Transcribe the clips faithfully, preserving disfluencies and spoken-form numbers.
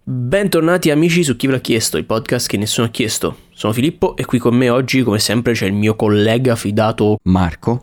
Bentornati amici su Chi ve l'ha chiesto, il podcast che nessuno ha chiesto. Sono Filippo e qui con me oggi, come sempre, c'è il mio collega fidato Marco.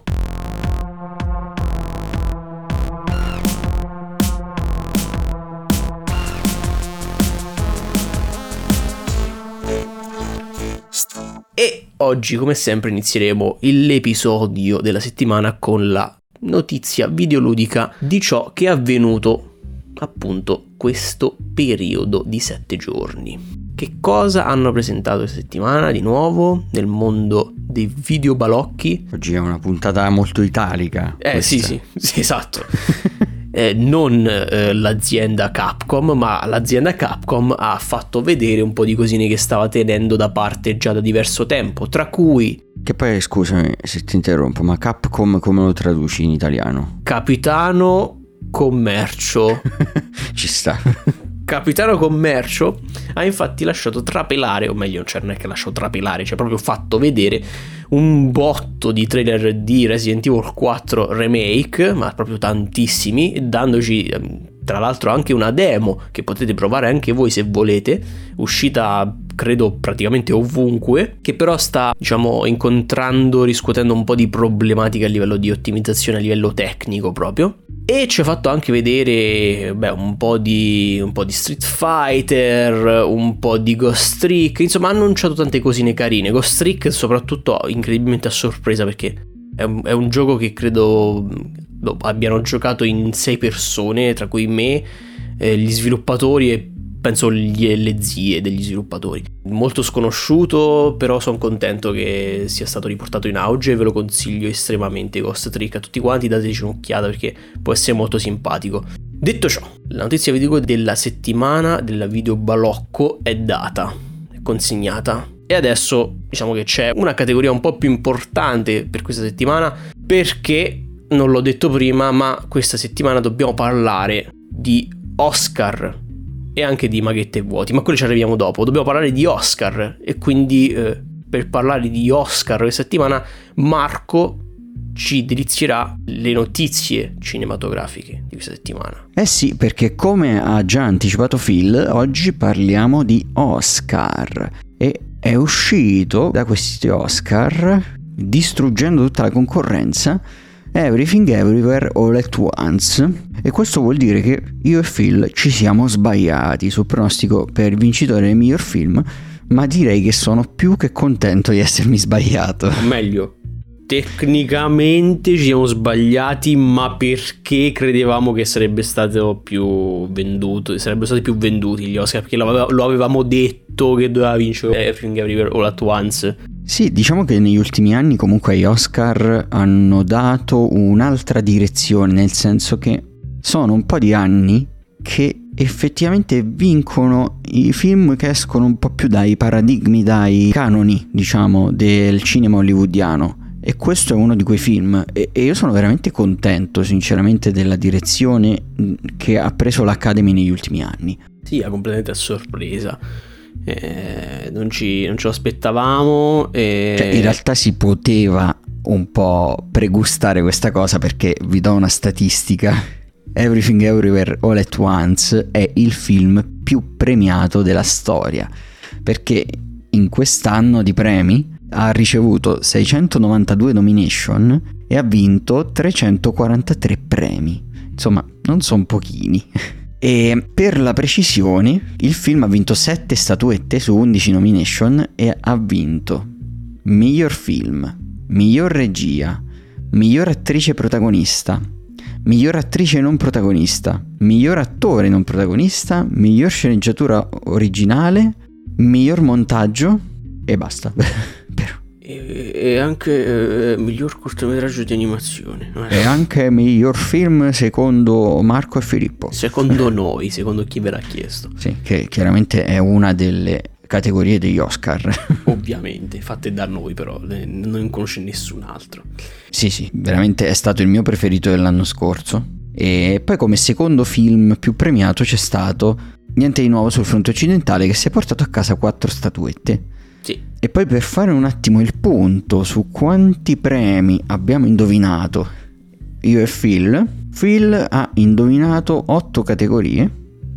E oggi, come sempre, inizieremo l'episodio della settimana con la notizia videoludica di ciò che è avvenuto appunto questo periodo di sette giorni. Che cosa hanno presentato questa settimana di nuovo nel mondo dei videobalocchi? Oggi è una puntata molto italica. Eh questa. sì sì, sì esatto. eh, non eh, l'azienda Capcom, ma l'azienda Capcom ha fatto vedere un po' di cosine che stava tenendo da parte già da diverso tempo, tra cui... Che poi, scusami se ti interrompo, ma Capcom come lo traduci in italiano? Capitano Commercio. Ci sta. Capitano Commercio ha infatti lasciato trapelare, o meglio, cioè non è che lasciò trapelare, cioè proprio fatto vedere un botto di trailer di Resident Evil quattro Remake, ma proprio tantissimi, dandoci tra l'altro anche una demo che potete provare anche voi se volete, uscita credo praticamente ovunque, che però sta, diciamo, incontrando, riscuotendo un po' di problematica a livello di ottimizzazione, a livello tecnico proprio. E ci ha fatto anche vedere beh, un po' di un po' di Street Fighter, un po' di Ghost Trick, insomma ha annunciato tante cosine carine. Ghost Trick soprattutto incredibilmente a sorpresa, perché è un, è un gioco che credo abbiano giocato in sei persone, tra cui me, eh, gli sviluppatori e penso gli, le zie degli sviluppatori. Molto sconosciuto, però sono contento che sia stato riportato in auge e ve lo consiglio estremamente Ghost Trick a tutti quanti, dateci un'occhiata perché può essere molto simpatico. Detto ciò, la notizia vi dico della settimana della videobalocco è data, è consegnata. E adesso diciamo che c'è una categoria un po' più importante per questa settimana, perché non l'ho detto prima, ma questa settimana dobbiamo parlare di Oscar e anche di maghette vuoti, ma quelli ci arriviamo dopo. Dobbiamo parlare di Oscar e quindi eh, per parlare di Oscar questa settimana Marco ci delizierà le notizie cinematografiche di questa settimana. Eh sì, perché come ha già anticipato Phil, oggi parliamo di Oscar e è uscito da questi Oscar, distruggendo tutta la concorrenza, Everything Everywhere All at Once, e questo vuol dire che io e Phil ci siamo sbagliati sul pronostico per il vincitore del miglior film, ma direi che sono più che contento di essermi sbagliato. O meglio, tecnicamente ci siamo sbagliati, ma perché credevamo che sarebbe stato più venduto, sarebbero stati più venduti gli Oscar, perché lo, lo avevamo detto che doveva vincere Everything Everywhere All at Once. Sì, diciamo che negli ultimi anni comunque gli Oscar hanno dato un'altra direzione, nel senso che sono un po' di anni che effettivamente vincono i film che escono un po' più dai paradigmi, dai canoni, diciamo, del cinema hollywoodiano. E questo è uno di quei film e, e io sono veramente contento sinceramente della direzione che ha preso l'Academy negli ultimi anni. Sì, è completamente a sorpresa. Eh, non, ci, non ce lo aspettavamo e... Cioè, in realtà si poteva un po' pregustare questa cosa, perché vi do una statistica: Everything Everywhere All at Once è il film più premiato della storia, perché in quest'anno di premi ha ricevuto seicentonovantadue nomination e ha vinto trecentoquarantatré premi. Insomma, non sono pochini. E per la precisione, il film ha vinto sette statuette su undici nomination e ha vinto miglior film, miglior regia, miglior attrice protagonista, miglior attrice non protagonista, miglior attore non protagonista, miglior sceneggiatura originale, miglior montaggio e basta. Però. E, e anche eh, miglior cortometraggio di animazione. E anche miglior film secondo Marco e Filippo. Secondo noi, secondo chi ve l'ha chiesto. Sì, che chiaramente è una delle categorie degli Oscar. Ovviamente, fatte da noi però, non conosce nessun altro. Sì, sì, veramente è stato il mio preferito dell'anno scorso. E poi come secondo film più premiato c'è stato Niente di nuovo sul fronte occidentale, che si è portato a casa quattro statuette. Sì. E poi, per fare un attimo il punto su quanti premi abbiamo indovinato io e Phil, Phil ha indovinato otto categorie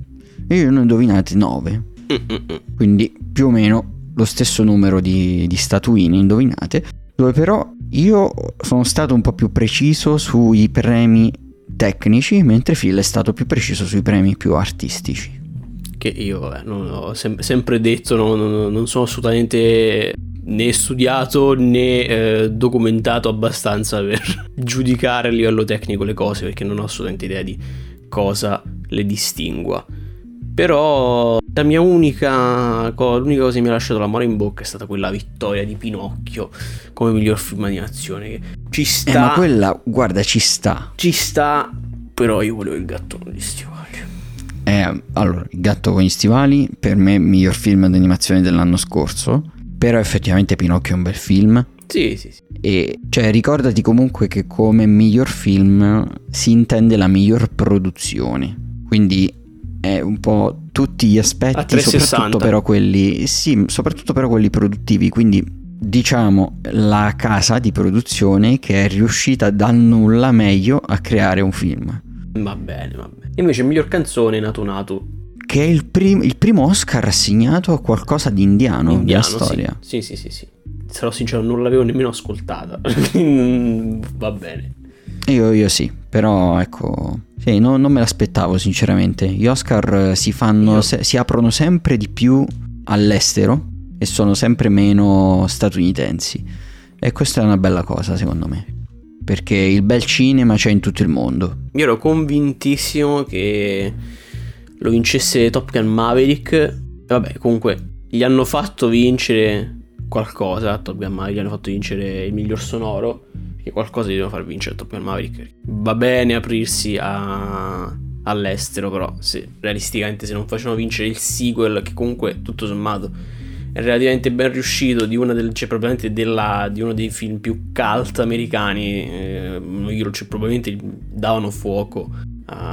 e io ne ho indovinate nove. Mm-mm. Quindi più o meno lo stesso numero di, di statuine indovinate, dove però io sono stato un po' più preciso sui premi tecnici, mentre Phil è stato più preciso sui premi più artistici. Che io vabbè, non ho sem- sempre detto, non, non, non sono assolutamente né studiato né eh, documentato abbastanza per giudicare a livello tecnico le cose, perché non ho assolutamente idea di cosa le distingua. Però la mia unica cosa, l'unica cosa che mi ha lasciato l'amore in bocca è stata quella vittoria di Pinocchio come miglior film d'animazione, che ci sta. Eh, ma quella, guarda, ci sta. Ci sta, però io volevo il gatto con gli stivali. Eh, allora, Il gatto con gli stivali per me miglior film d'animazione dell'anno scorso, però effettivamente Pinocchio è un bel film. Sì, sì, sì. E cioè ricordati comunque che come miglior film si intende la miglior produzione, quindi è un po' tutti gli aspetti, A trecentosessanta. soprattutto però quelli, sì, soprattutto però quelli produttivi, quindi diciamo la casa di produzione che è riuscita dal nulla meglio a creare un film. Va bene, va bene. Invece miglior canzone, Natu Natu, che è il, prim- il primo Oscar assegnato a qualcosa di indiano, indiano, della storia. Sì, sì, sì, sì, sì. Sarò sincero, non l'avevo nemmeno ascoltata. Va bene. Io, io sì, però ecco, sì, no, non me l'aspettavo sinceramente. Gli Oscar si fanno, Io... se, si aprono sempre di più all'estero e sono sempre meno statunitensi. E questa è una bella cosa secondo me, perché il bel cinema c'è in tutto il mondo. Io ero convintissimo che lo vincesse Top Gun Maverick. E vabbè, comunque gli hanno fatto vincere qualcosa. Top Gun Maverick gli hanno fatto vincere il miglior sonoro, che qualcosa gli devono far vincere Top Gun Maverick. Va bene aprirsi a... all'estero, però se, realisticamente se non facevano vincere il sequel, che comunque tutto sommato è relativamente ben riuscito, di una del, cioè probabilmente della, di uno dei film più cult americani, eh, cioè, probabilmente davano fuoco a,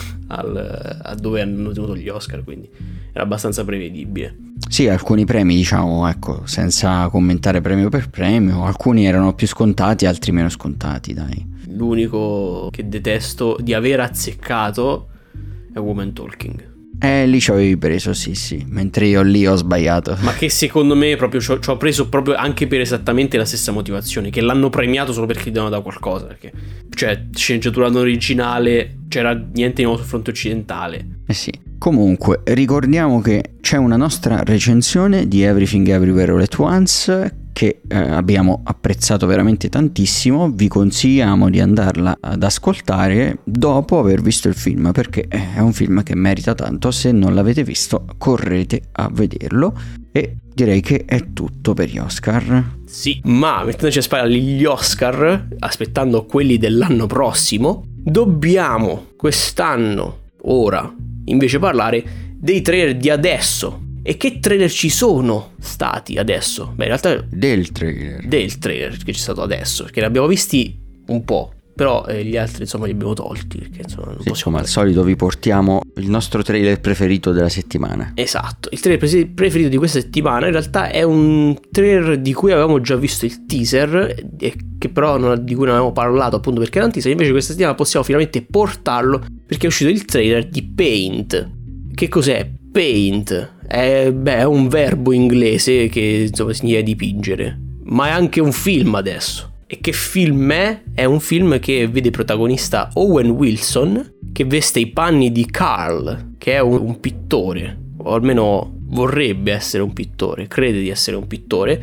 al, a dove hanno tenuto gli Oscar, quindi era abbastanza prevedibile. Sì, alcuni premi, diciamo, ecco, senza commentare premio per premio, alcuni erano più scontati, altri meno scontati, dai. L'unico che detesto di aver azzeccato è Woman Talking. Eh, lì ci avevi preso, sì, sì, mentre io lì ho sbagliato. Ma che secondo me proprio ci ho, ci ho preso proprio anche per esattamente la stessa motivazione, che l'hanno premiato solo perché gli davano da qualcosa, perché cioè sceneggiatura non originale, c'era niente di nuovo sul fronte occidentale. Eh sì. Comunque, ricordiamo che c'è una nostra recensione di Everything Everywhere All at Once che eh, abbiamo apprezzato veramente tantissimo. Vi consigliamo di andarla ad ascoltare dopo aver visto il film, perché è un film che merita tanto. Se non l'avete visto, correte a vederlo. E direi che è tutto per gli Oscar. Sì, ma mettendoci a sparare gli Oscar, aspettando quelli dell'anno prossimo, dobbiamo quest'anno, ora, invece parlare dei trailer di adesso. E che trailer ci sono stati adesso? Beh, in realtà del trailer del trailer che c'è stato adesso, perché ne abbiamo visti un po', però eh, gli altri insomma li abbiamo tolti, perché insomma non sì, possiamo come al solito vi portiamo il nostro trailer preferito della settimana. Esatto, il trailer pre- preferito di questa settimana in realtà è un trailer di cui avevamo già visto il teaser, e che però non, di cui non avevamo parlato appunto perché era un teaser. Invece questa settimana possiamo finalmente portarlo perché è uscito il trailer di Paint. Che cos'è Paint? È, beh, è un verbo inglese che insomma significa dipingere, ma è anche un film adesso. E che film è? È un film che vede protagonista Owen Wilson, che veste i panni di Carl, che è un, un pittore, o almeno vorrebbe essere un pittore, crede di essere un pittore,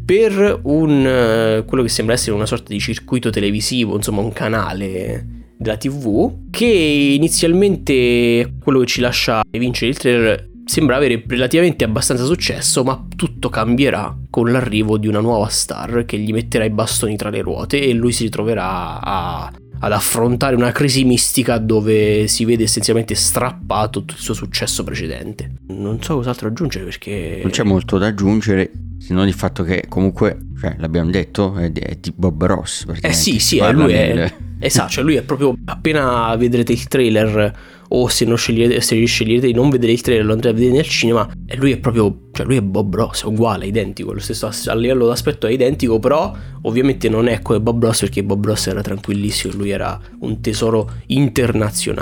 per un quello che sembra essere una sorta di circuito televisivo, insomma un canale della tivù, che inizialmente, quello che ci lascia vincere il trailer, sembra avere relativamente abbastanza successo, ma tutto cambierà con l'arrivo di una nuova star che gli metterà i bastoni tra le ruote e lui si ritroverà a, ad affrontare una crisi mistica dove si vede essenzialmente strappato tutto il suo successo precedente. Non so cos'altro aggiungere perché... non c'è molto da aggiungere, se non il fatto che comunque, cioè, l'abbiamo detto, è di, è di Bob Ross. Eh sì, sì, è lui è... Nel... Esatto, cioè lui è proprio, appena vedrete il trailer, o se non scegliete, se scegliete di non vedere il trailer lo andrete a vedere nel cinema, e lui è proprio, cioè lui è Bob Ross, è uguale, è identico, lo stesso a livello d'aspetto è identico, però ovviamente non è come Bob Ross, perché Bob Ross era tranquillissimo, lui era un tesoro internazionale.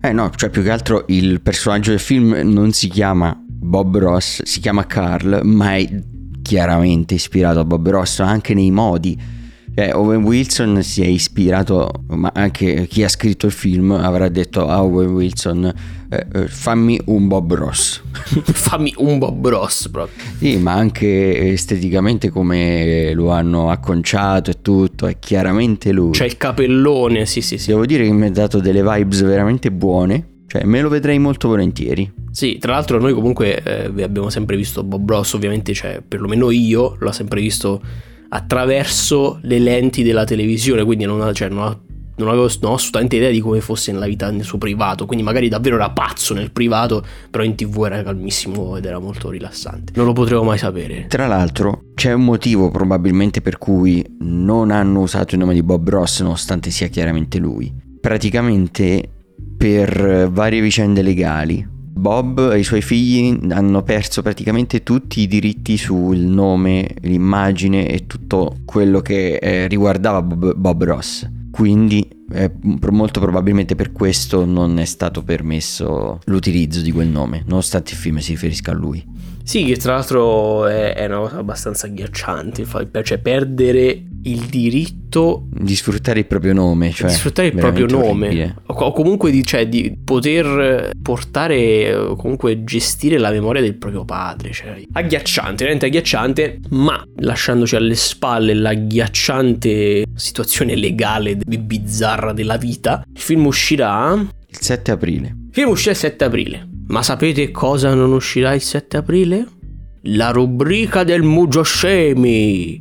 Eh no, cioè più che altro il personaggio del film non si chiama Bob Ross, si chiama Carl, ma è chiaramente ispirato a Bob Ross anche nei modi. Cioè, Owen Wilson si è ispirato, ma anche chi ha scritto il film avrà detto a Owen Wilson eh, eh, fammi un Bob Ross. Fammi un Bob Ross proprio. Sì, ma anche esteticamente come lo hanno acconciato e tutto, è chiaramente lui. C'è il capellone, sì sì sì. Devo dire che mi ha dato delle vibes veramente buone, cioè me lo vedrei molto volentieri. Sì, tra l'altro noi comunque eh, abbiamo sempre visto Bob Ross, ovviamente, cioè perlomeno io l'ho sempre visto attraverso le lenti della televisione, quindi non, cioè, non, non avevo non ho assolutamente idea di come fosse nella vita nel suo privato, quindi magari davvero era pazzo nel privato, però in tv era calmissimo ed era molto rilassante. Non lo potremo mai sapere. Tra l'altro c'è un motivo probabilmente per cui non hanno usato il nome di Bob Ross nonostante sia chiaramente lui. Praticamente per varie vicende legali Bob e i suoi figli hanno perso praticamente tutti i diritti sul nome, l'immagine e tutto quello che eh, riguardava Bob, Bob Ross. Quindi eh, molto probabilmente per questo non è stato permesso l'utilizzo di quel nome, nonostante il film si riferisca a lui. Sì, che tra l'altro è, è una cosa abbastanza agghiacciante, cioè perdere il diritto di sfruttare il proprio nome, cioè di sfruttare il proprio nome, o comunque di, cioè, di poter portare o comunque gestire la memoria del proprio padre, cioè agghiacciante, veramente agghiacciante. Ma lasciandoci alle spalle l'agghiacciante situazione legale e bizzarra della vita, il film uscirà il sette aprile. Il film uscirà il sette aprile. Ma sapete cosa non uscirà il sette aprile? La rubrica del Mujoshemi.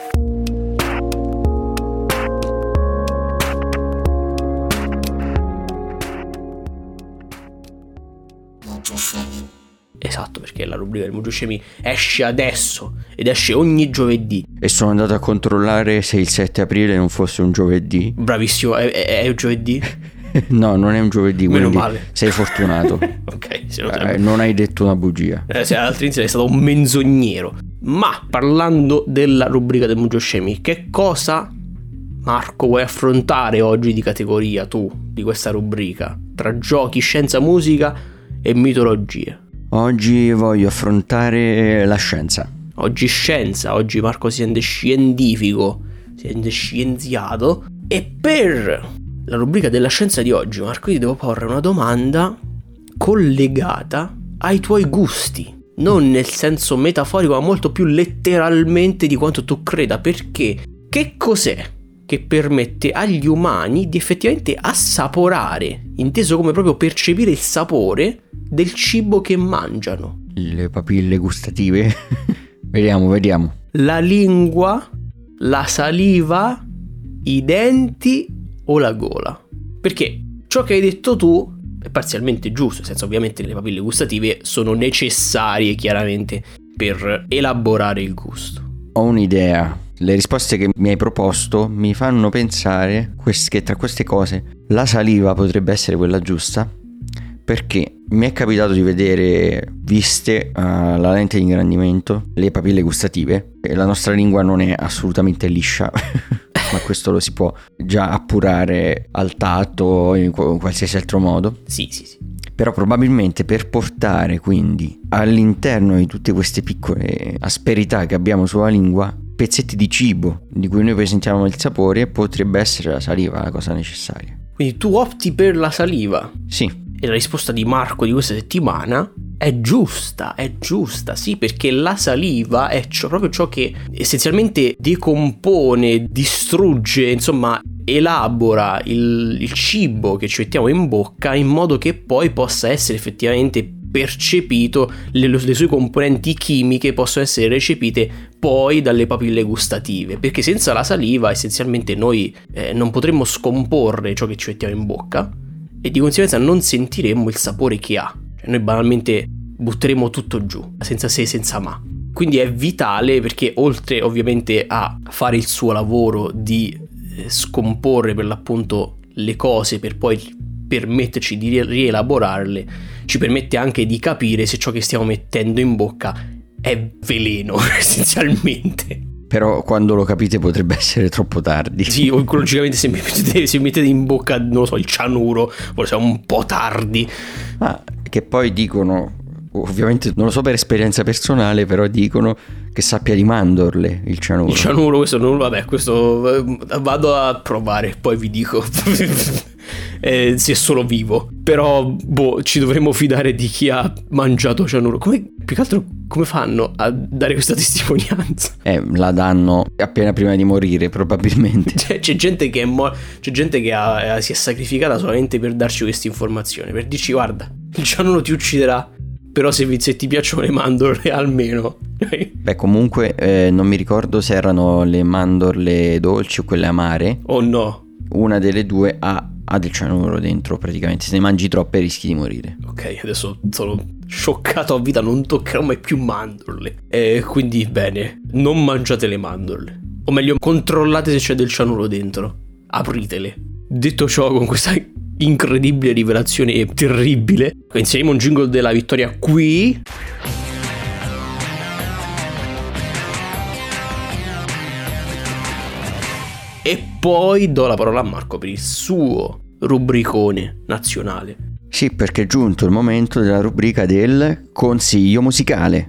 Esatto, perché la rubrica del Mujoshemi esce adesso ed esce ogni giovedì. E sono andato a controllare se il sette aprile non fosse un giovedì. Bravissimo, è, è, è un giovedì? No, non è un giovedì, meno quindi male. Sei fortunato. Ok, se non, eh, non hai detto una bugia. Eh, se altrimenti sei stato un menzognero. Ma parlando della rubrica del Mujoshemi, che cosa, Marco, vuoi affrontare oggi di categoria tu di questa rubrica? Tra giochi, scienza, musica e mitologia. Oggi voglio affrontare la scienza. Oggi scienza, oggi Marco si sente scientifico, si sente scienziato. E per la rubrica della scienza di oggi, Marco, io ti devo porre una domanda collegata ai tuoi gusti. Non nel senso metaforico, ma molto più letteralmente di quanto tu creda. Perché che cos'è che permette agli umani di effettivamente assaporare, inteso come proprio percepire il sapore del cibo che mangiano? Le papille gustative? Vediamo, vediamo. La lingua, la saliva, i denti o la gola? Perché ciò che hai detto tu è parzialmente giusto, nel senso, ovviamente le papille gustative sono necessarie chiaramente per elaborare il gusto. Ho un'idea. Le risposte che mi hai proposto mi fanno pensare che tra queste cose la saliva potrebbe essere quella giusta, perché mi è capitato di vedere, viste alla uh, lente di ingrandimento, le papille gustative, e la nostra lingua non è assolutamente liscia. Ma questo lo si può già appurare al tatto o in qualsiasi altro modo. Sì, sì, sì. Però probabilmente per portare quindi all'interno di tutte queste piccole asperità che abbiamo sulla lingua pezzetti di cibo di cui noi poi sentiamo il sapore, potrebbe essere la saliva la cosa necessaria. Quindi tu opti per la saliva? Sì. E la risposta di Marco di questa settimana è giusta, è giusta, sì, perché la saliva è ciò, proprio ciò che essenzialmente decompone, distrugge, insomma, elabora il, il cibo che ci mettiamo in bocca in modo che poi possa essere effettivamente percepito, le, le sue componenti chimiche possono essere recepite poi dalle papille gustative, perché senza la saliva essenzialmente noi eh, non potremmo scomporre ciò che ci mettiamo in bocca e di conseguenza non sentiremmo il sapore che ha. Cioè noi banalmente butteremo tutto giù, senza se, senza ma. Quindi è vitale, perché oltre ovviamente a fare il suo lavoro di scomporre per l'appunto le cose per poi permetterci di rielaborarle, ci permette anche di capire se ciò che stiamo mettendo in bocca è veleno essenzialmente. Però quando lo capite potrebbe essere troppo tardi. Sì, logicamente se mi mettete, se mi mettete in bocca, non lo so, il cianuro, forse è un po' tardi. Ah, che poi dicono, ovviamente non lo so per esperienza personale, però dicono che sappia di mandorle il cianuro. Il cianuro, questo non, vabbè, questo vado a provare, poi vi dico. Eh, se è solo vivo. Però boh, ci dovremmo fidare di chi ha mangiato cianuro. Come, più che altro, come fanno a dare questa testimonianza? Eh, la danno appena prima di morire, probabilmente. Cioè, c'è gente che è mo- c'è gente che ha, eh, si è sacrificata solamente per darci questa informazione, per dirci guarda, il cianuro ti ucciderà, però se, se ti piacciono le mandorle almeno. Beh, comunque eh, non mi ricordo se erano le mandorle dolci o quelle amare. Oh no. Una delle due ha ha del cianuro dentro, praticamente se ne mangi troppe rischi di morire. Ok, adesso sono scioccato a vita, non toccherò mai più mandorle. E quindi bene, non mangiate le mandorle, o meglio controllate se c'è del cianuro dentro, apritele. Detto ciò, con questa incredibile rivelazione terribile, inseriamo un jingle della vittoria qui. E poi do la parola a Marco per il suo rubricone nazionale. Sì, perché è giunto il momento della rubrica del consiglio musicale.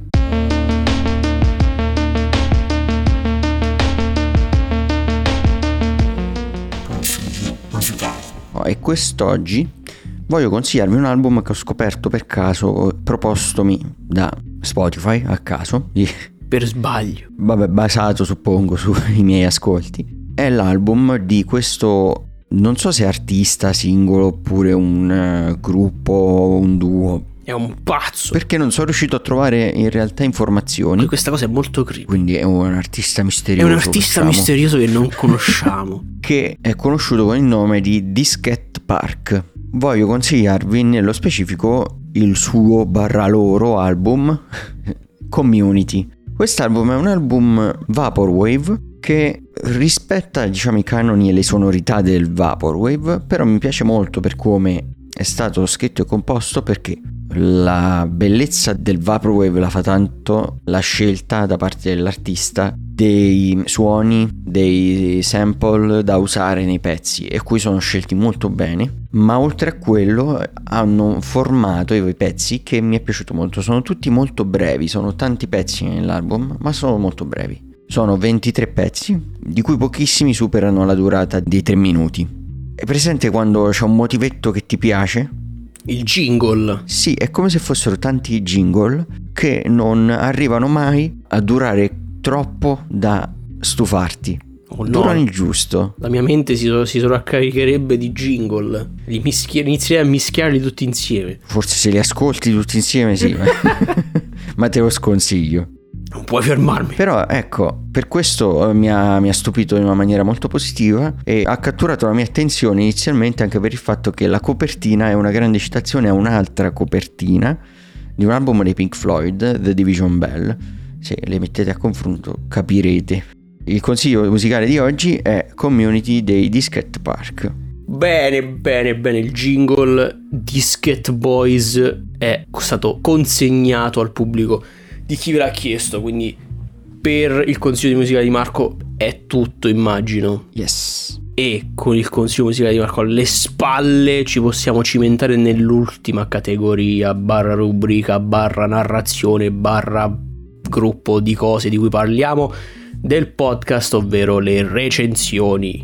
Oh, e quest'oggi voglio consigliarvi un album che ho scoperto per caso, propostomi da Spotify a caso. Per sbaglio. Vabbè, basato suppongo sui miei ascolti. È l'album di questo, non so se è artista singolo oppure un uh, gruppo o un duo. È un pazzo. Perché non sono riuscito a trovare in realtà informazioni. Questa cosa è molto creepy. Quindi è un artista misterioso. È un artista facciamo, misterioso che non conosciamo. Che è conosciuto con il nome di Diskette Park. Voglio consigliarvi nello specifico il suo barra loro album Community. Quest'album è un album Vaporwave che rispetta, diciamo, i canoni e le sonorità del Vaporwave, però mi piace molto per come è stato scritto e composto, perché la bellezza del Vaporwave la fa tanto la scelta da parte dell'artista dei suoni, dei sample da usare nei pezzi, e qui sono scelti molto bene. Ma oltre a quello hanno un formato i pezzi che mi è piaciuto molto. Sono tutti molto brevi, sono tanti pezzi nell'album, ma sono molto brevi. Sono ventitré pezzi, di cui pochissimi superano la durata di tre minuti. È presente quando c'è un motivetto che ti piace? Il jingle. Sì, è come se fossero tanti jingle che non arrivano mai a durare troppo da stufarti. Oh no. Durano il giusto. La mia mente si, si sovraccaricherebbe di jingle. Li mischia, inizierei a mischiarli tutti insieme. Forse se li ascolti tutti insieme sì. Ma te lo sconsiglio. Non puoi fermarmi. Però ecco, per questo mi ha, mi ha stupito in una maniera molto positiva e ha catturato la mia attenzione inizialmente anche per il fatto che la copertina è una grande citazione a un'altra copertina di un album dei Pink Floyd, The Division Bell. Se le mettete a confronto capirete. Il consiglio musicale di oggi è Community dei Diskette Park. Bene, bene, bene. Il jingle Diskette Boys è stato consegnato al pubblico di chi ve l'ha chiesto, quindi per il consiglio di musica di Marco è tutto, immagino. Yes. E con il consiglio musicale di Marco alle spalle ci possiamo cimentare nell'ultima categoria barra rubrica barra narrazione barra gruppo di cose di cui parliamo del podcast, ovvero le recensioni.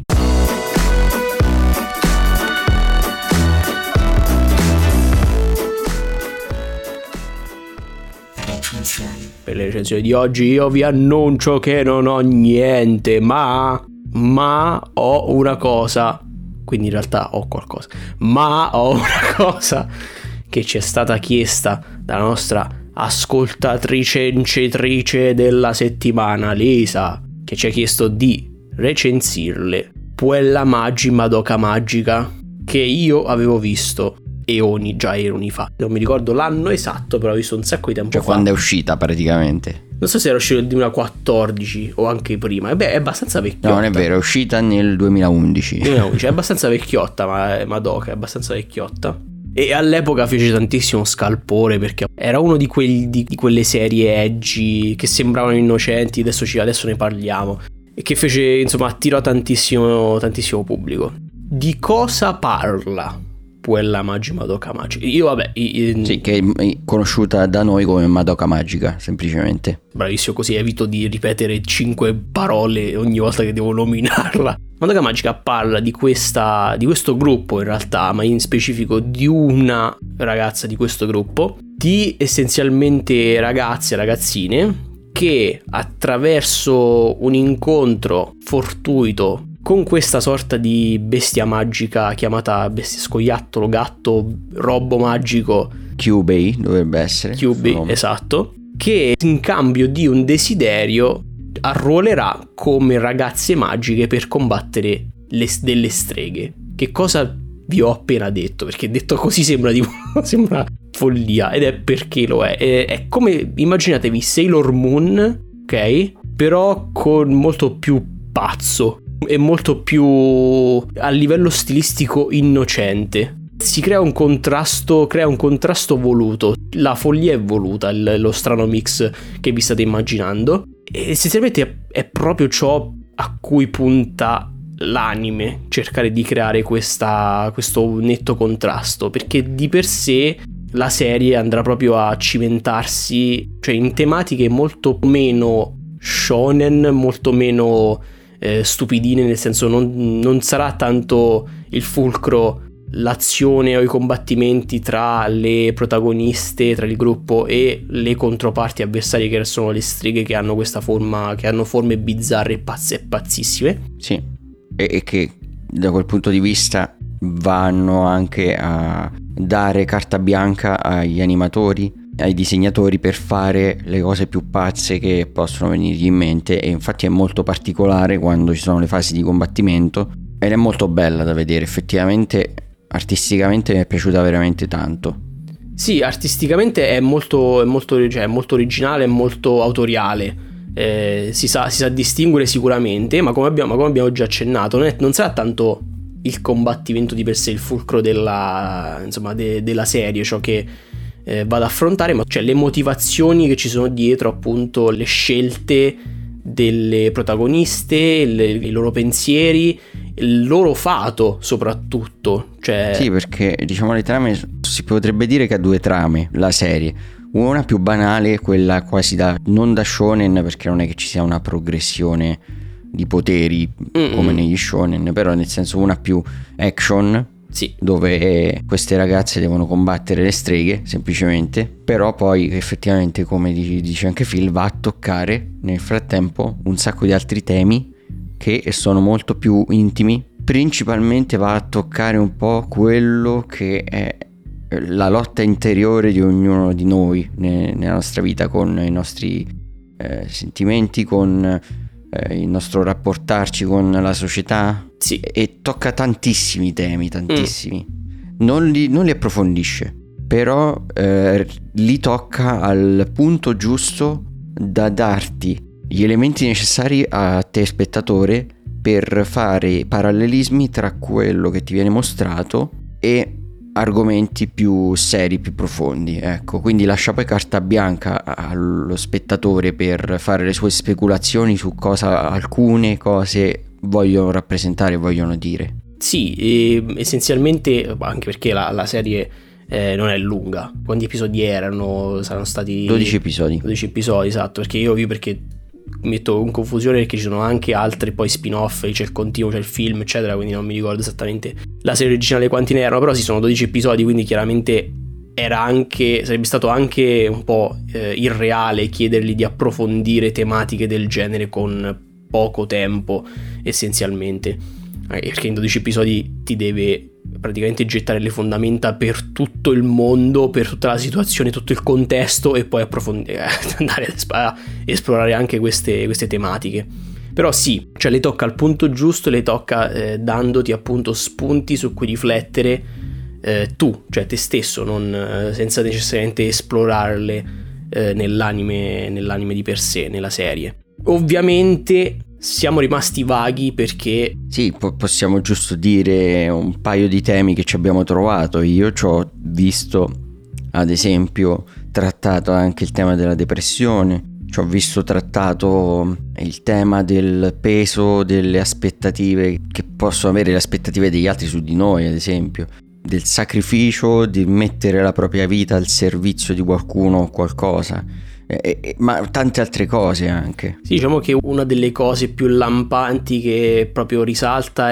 Per le recensioni di oggi io vi annuncio che non ho niente, ma ma ho una cosa, quindi in realtà ho qualcosa, ma ho una cosa che ci è stata chiesta dalla nostra ascoltatrice incitrice della settimana, Lisa, che ci ha chiesto di recensirle Puella Magi Madoka Magica, che io avevo visto eoni, già eoni fa. Non mi ricordo l'anno esatto, però ho visto un sacco di tempo cioè fa. Quando è uscita praticamente. Non so se era uscito nel duemilaquattordici o anche prima. E beh, è abbastanza vecchiotta. No, non è vero, è uscita nel duemilaundici. duemilaundici, è abbastanza vecchiotta, ma Madoka è abbastanza vecchiotta. E all'epoca fece tantissimo scalpore perché era uno di, quegli, di, di quelle serie edgy che sembravano innocenti, adesso, ci, adesso ne parliamo, e che fece, insomma, attirò tantissimo, tantissimo pubblico. Di cosa parla Puella Magi Madoka Magica? Io vabbè io, sì, che è conosciuta da noi come Madoka Magica, semplicemente. Bravissimo, così evito di ripetere cinque parole ogni volta che devo nominarla. Madoka Magica parla di questa di questo gruppo, in realtà, ma in specifico di una ragazza di questo gruppo, di essenzialmente ragazze e ragazzine che attraverso un incontro fortuito con questa sorta di bestia magica chiamata bestia scoiattolo, gatto, robbo magico, Kyubey dovrebbe essere Kyubey, esatto, che in cambio di un desiderio arruolerà come ragazze magiche per combattere le, delle streghe. Che cosa vi ho appena detto? Perché detto così sembra di sembra follia, ed è perché lo è. È, è come, immaginatevi Sailor Moon, ok? Però con molto più pazzo e molto più a livello stilistico innocente. Si crea un contrasto, crea un contrasto voluto. La follia è voluta, il, lo strano mix che vi state immaginando. E essenzialmente è proprio ciò a cui punta l'anime, cercare di creare questa, questo netto contrasto, perché di per sé la serie andrà proprio a cimentarsi, cioè, in tematiche molto meno shonen, molto meno eh, stupidine, nel senso non, non sarà tanto il fulcro l'azione o i combattimenti tra le protagoniste, tra il gruppo e le controparti avversarie, che sono le streghe, che hanno questa forma, che hanno forme bizzarre, pazze e pazzissime. Sì, e, e che da quel punto di vista vanno anche a dare carta bianca agli animatori, ai disegnatori, per fare le cose più pazze che possono venirgli in mente. E infatti è molto particolare quando ci sono le fasi di combattimento, ed è molto bella da vedere. Effettivamente artisticamente mi è piaciuta veramente tanto. Sì, artisticamente è molto, è molto, cioè, è molto originale, è molto autoriale, eh, si, sa, si sa distinguere sicuramente, ma come abbiamo, come abbiamo già accennato, non, è, non sarà tanto il combattimento di per sé il fulcro della, insomma, de, della serie, ciò che eh, va ad affrontare, ma cioè le motivazioni che ci sono dietro, appunto le scelte delle protagoniste, le, i loro pensieri, il loro fato soprattutto, cioè... Sì, perché diciamo le trame, si potrebbe dire che ha due trame la serie. Una più banale, quella quasi da non da shonen, perché non è che ci sia una progressione di poteri Mm-mm. come negli shonen, però nel senso una più action, sì, dove queste ragazze devono combattere le streghe semplicemente. Però poi effettivamente, come dice anche Phil, va a toccare nel frattempo un sacco di altri temi che sono molto più intimi. Principalmente va a toccare un po' quello che è la lotta interiore di ognuno di noi nella nostra vita, con i nostri eh, sentimenti, con eh, il nostro rapportarci con la società. Sì. E tocca tantissimi temi, tantissimi. Mm. Non, li, non li approfondisce, però eh, li tocca al punto giusto da darti gli elementi necessari a te spettatore per fare parallelismi tra quello che ti viene mostrato e argomenti più seri, più profondi, ecco. Quindi lascia poi carta bianca allo spettatore per fare le sue speculazioni su cosa alcune cose vogliono rappresentare, vogliono dire. Sì, e essenzialmente, anche perché la, la serie eh, non è lunga. Quanti episodi erano? Saranno stati dodici episodi. dodici episodi, esatto, perché io vi perché metto in confusione perché ci sono anche altri poi spin-off, c'è il continuo, c'è il film, eccetera, quindi non mi ricordo esattamente la serie originale quanti ne erano, però sì, sono dodici episodi, quindi chiaramente era anche, sarebbe stato anche un po' eh, irreale chiedergli di approfondire tematiche del genere con poco tempo, essenzialmente, perché in dodici episodi ti deve praticamente gettare le fondamenta per tutto il mondo, per tutta la situazione, tutto il contesto, e poi approfondire, andare a esplorare anche queste, queste tematiche. Però sì, cioè le tocca al punto giusto, le tocca eh, dandoti appunto spunti su cui riflettere eh, tu, cioè te stesso, non, eh, senza necessariamente esplorarle eh, nell'anime, nell'anime di per sé, nella serie. Ovviamente siamo rimasti vaghi perché... Sì, po- possiamo giusto dire un paio di temi che ci abbiamo trovato. Io ci ho visto, ad esempio, trattato anche il tema della depressione. Ci ho visto trattato il tema del peso delle aspettative che possono avere le aspettative degli altri su di noi, ad esempio, del sacrificio di mettere la propria vita al servizio di qualcuno o qualcosa, e, e, ma tante altre cose anche. Sì, diciamo che una delle cose più lampanti che proprio risalta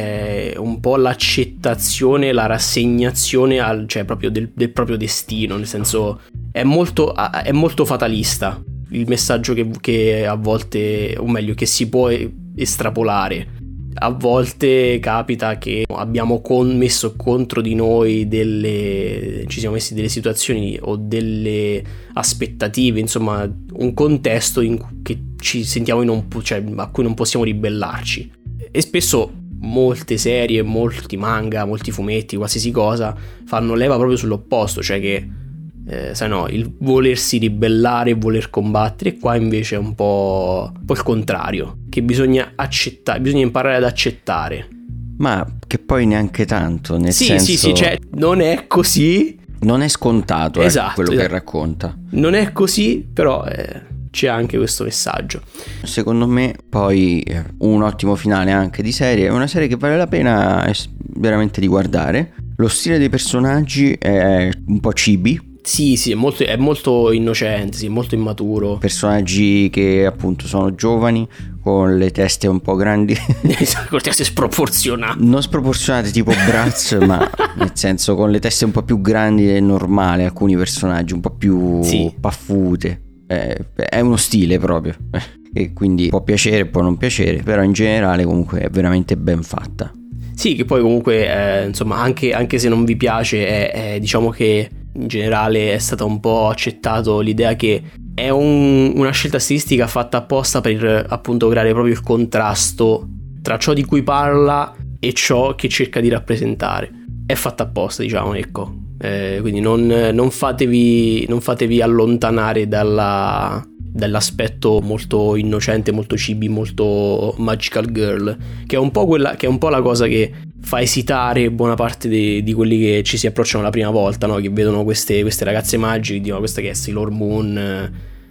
è un po' l'accettazione, la rassegnazione al, cioè proprio del, del proprio destino, nel senso è molto, è molto fatalista il messaggio che, che a volte, o meglio, che si può estrapolare. A volte capita che abbiamo con, messo contro di noi delle, ci siamo messi delle situazioni o delle aspettative, insomma un contesto in cui che ci sentiamo in un, cioè, a cui non possiamo ribellarci, e spesso molte serie, molti manga, molti fumetti, qualsiasi cosa fanno leva proprio sull'opposto, cioè che Eh, sai no, il volersi ribellare, voler combattere. E qua invece è un po', un po' il contrario, che bisogna accettare, bisogna imparare ad accettare. Ma che poi neanche tanto, nel sì, senso... Sì, sì, cioè non è così. Non è scontato, esatto, eh, quello esatto. che racconta. Non è così, però eh, c'è anche questo messaggio. Secondo me poi un ottimo finale anche di serie. È una serie che vale la pena veramente di guardare. Lo stile dei personaggi è un po' chibi. Sì, sì, è molto, è molto innocente, sì, molto immaturo. Personaggi che appunto sono giovani, con le teste un po' grandi. Con le teste sproporzionate. Non sproporzionate tipo Bratz, ma nel senso con le teste un po' più grandi del normale, alcuni personaggi un po' più sì. paffute. Eh, è uno stile proprio. E quindi può piacere, può non piacere, però in generale comunque è veramente ben fatta. Sì, che poi comunque eh, insomma anche, anche se non vi piace è, è, diciamo che in generale è stata un po' accettato l'idea che è un, una scelta stilistica fatta apposta per appunto creare proprio il contrasto tra ciò di cui parla e ciò che cerca di rappresentare. È fatta apposta, diciamo, ecco. Eh, quindi non, non fatevi non fatevi allontanare dalla, dall'aspetto molto innocente, molto chibi, molto magical girl, che è un po' quella, che è un po' la cosa che fa esitare buona parte de, di quelli che ci si approcciano la prima volta, no? Che vedono queste, queste ragazze magiche, dicono questa che è Sailor Moon,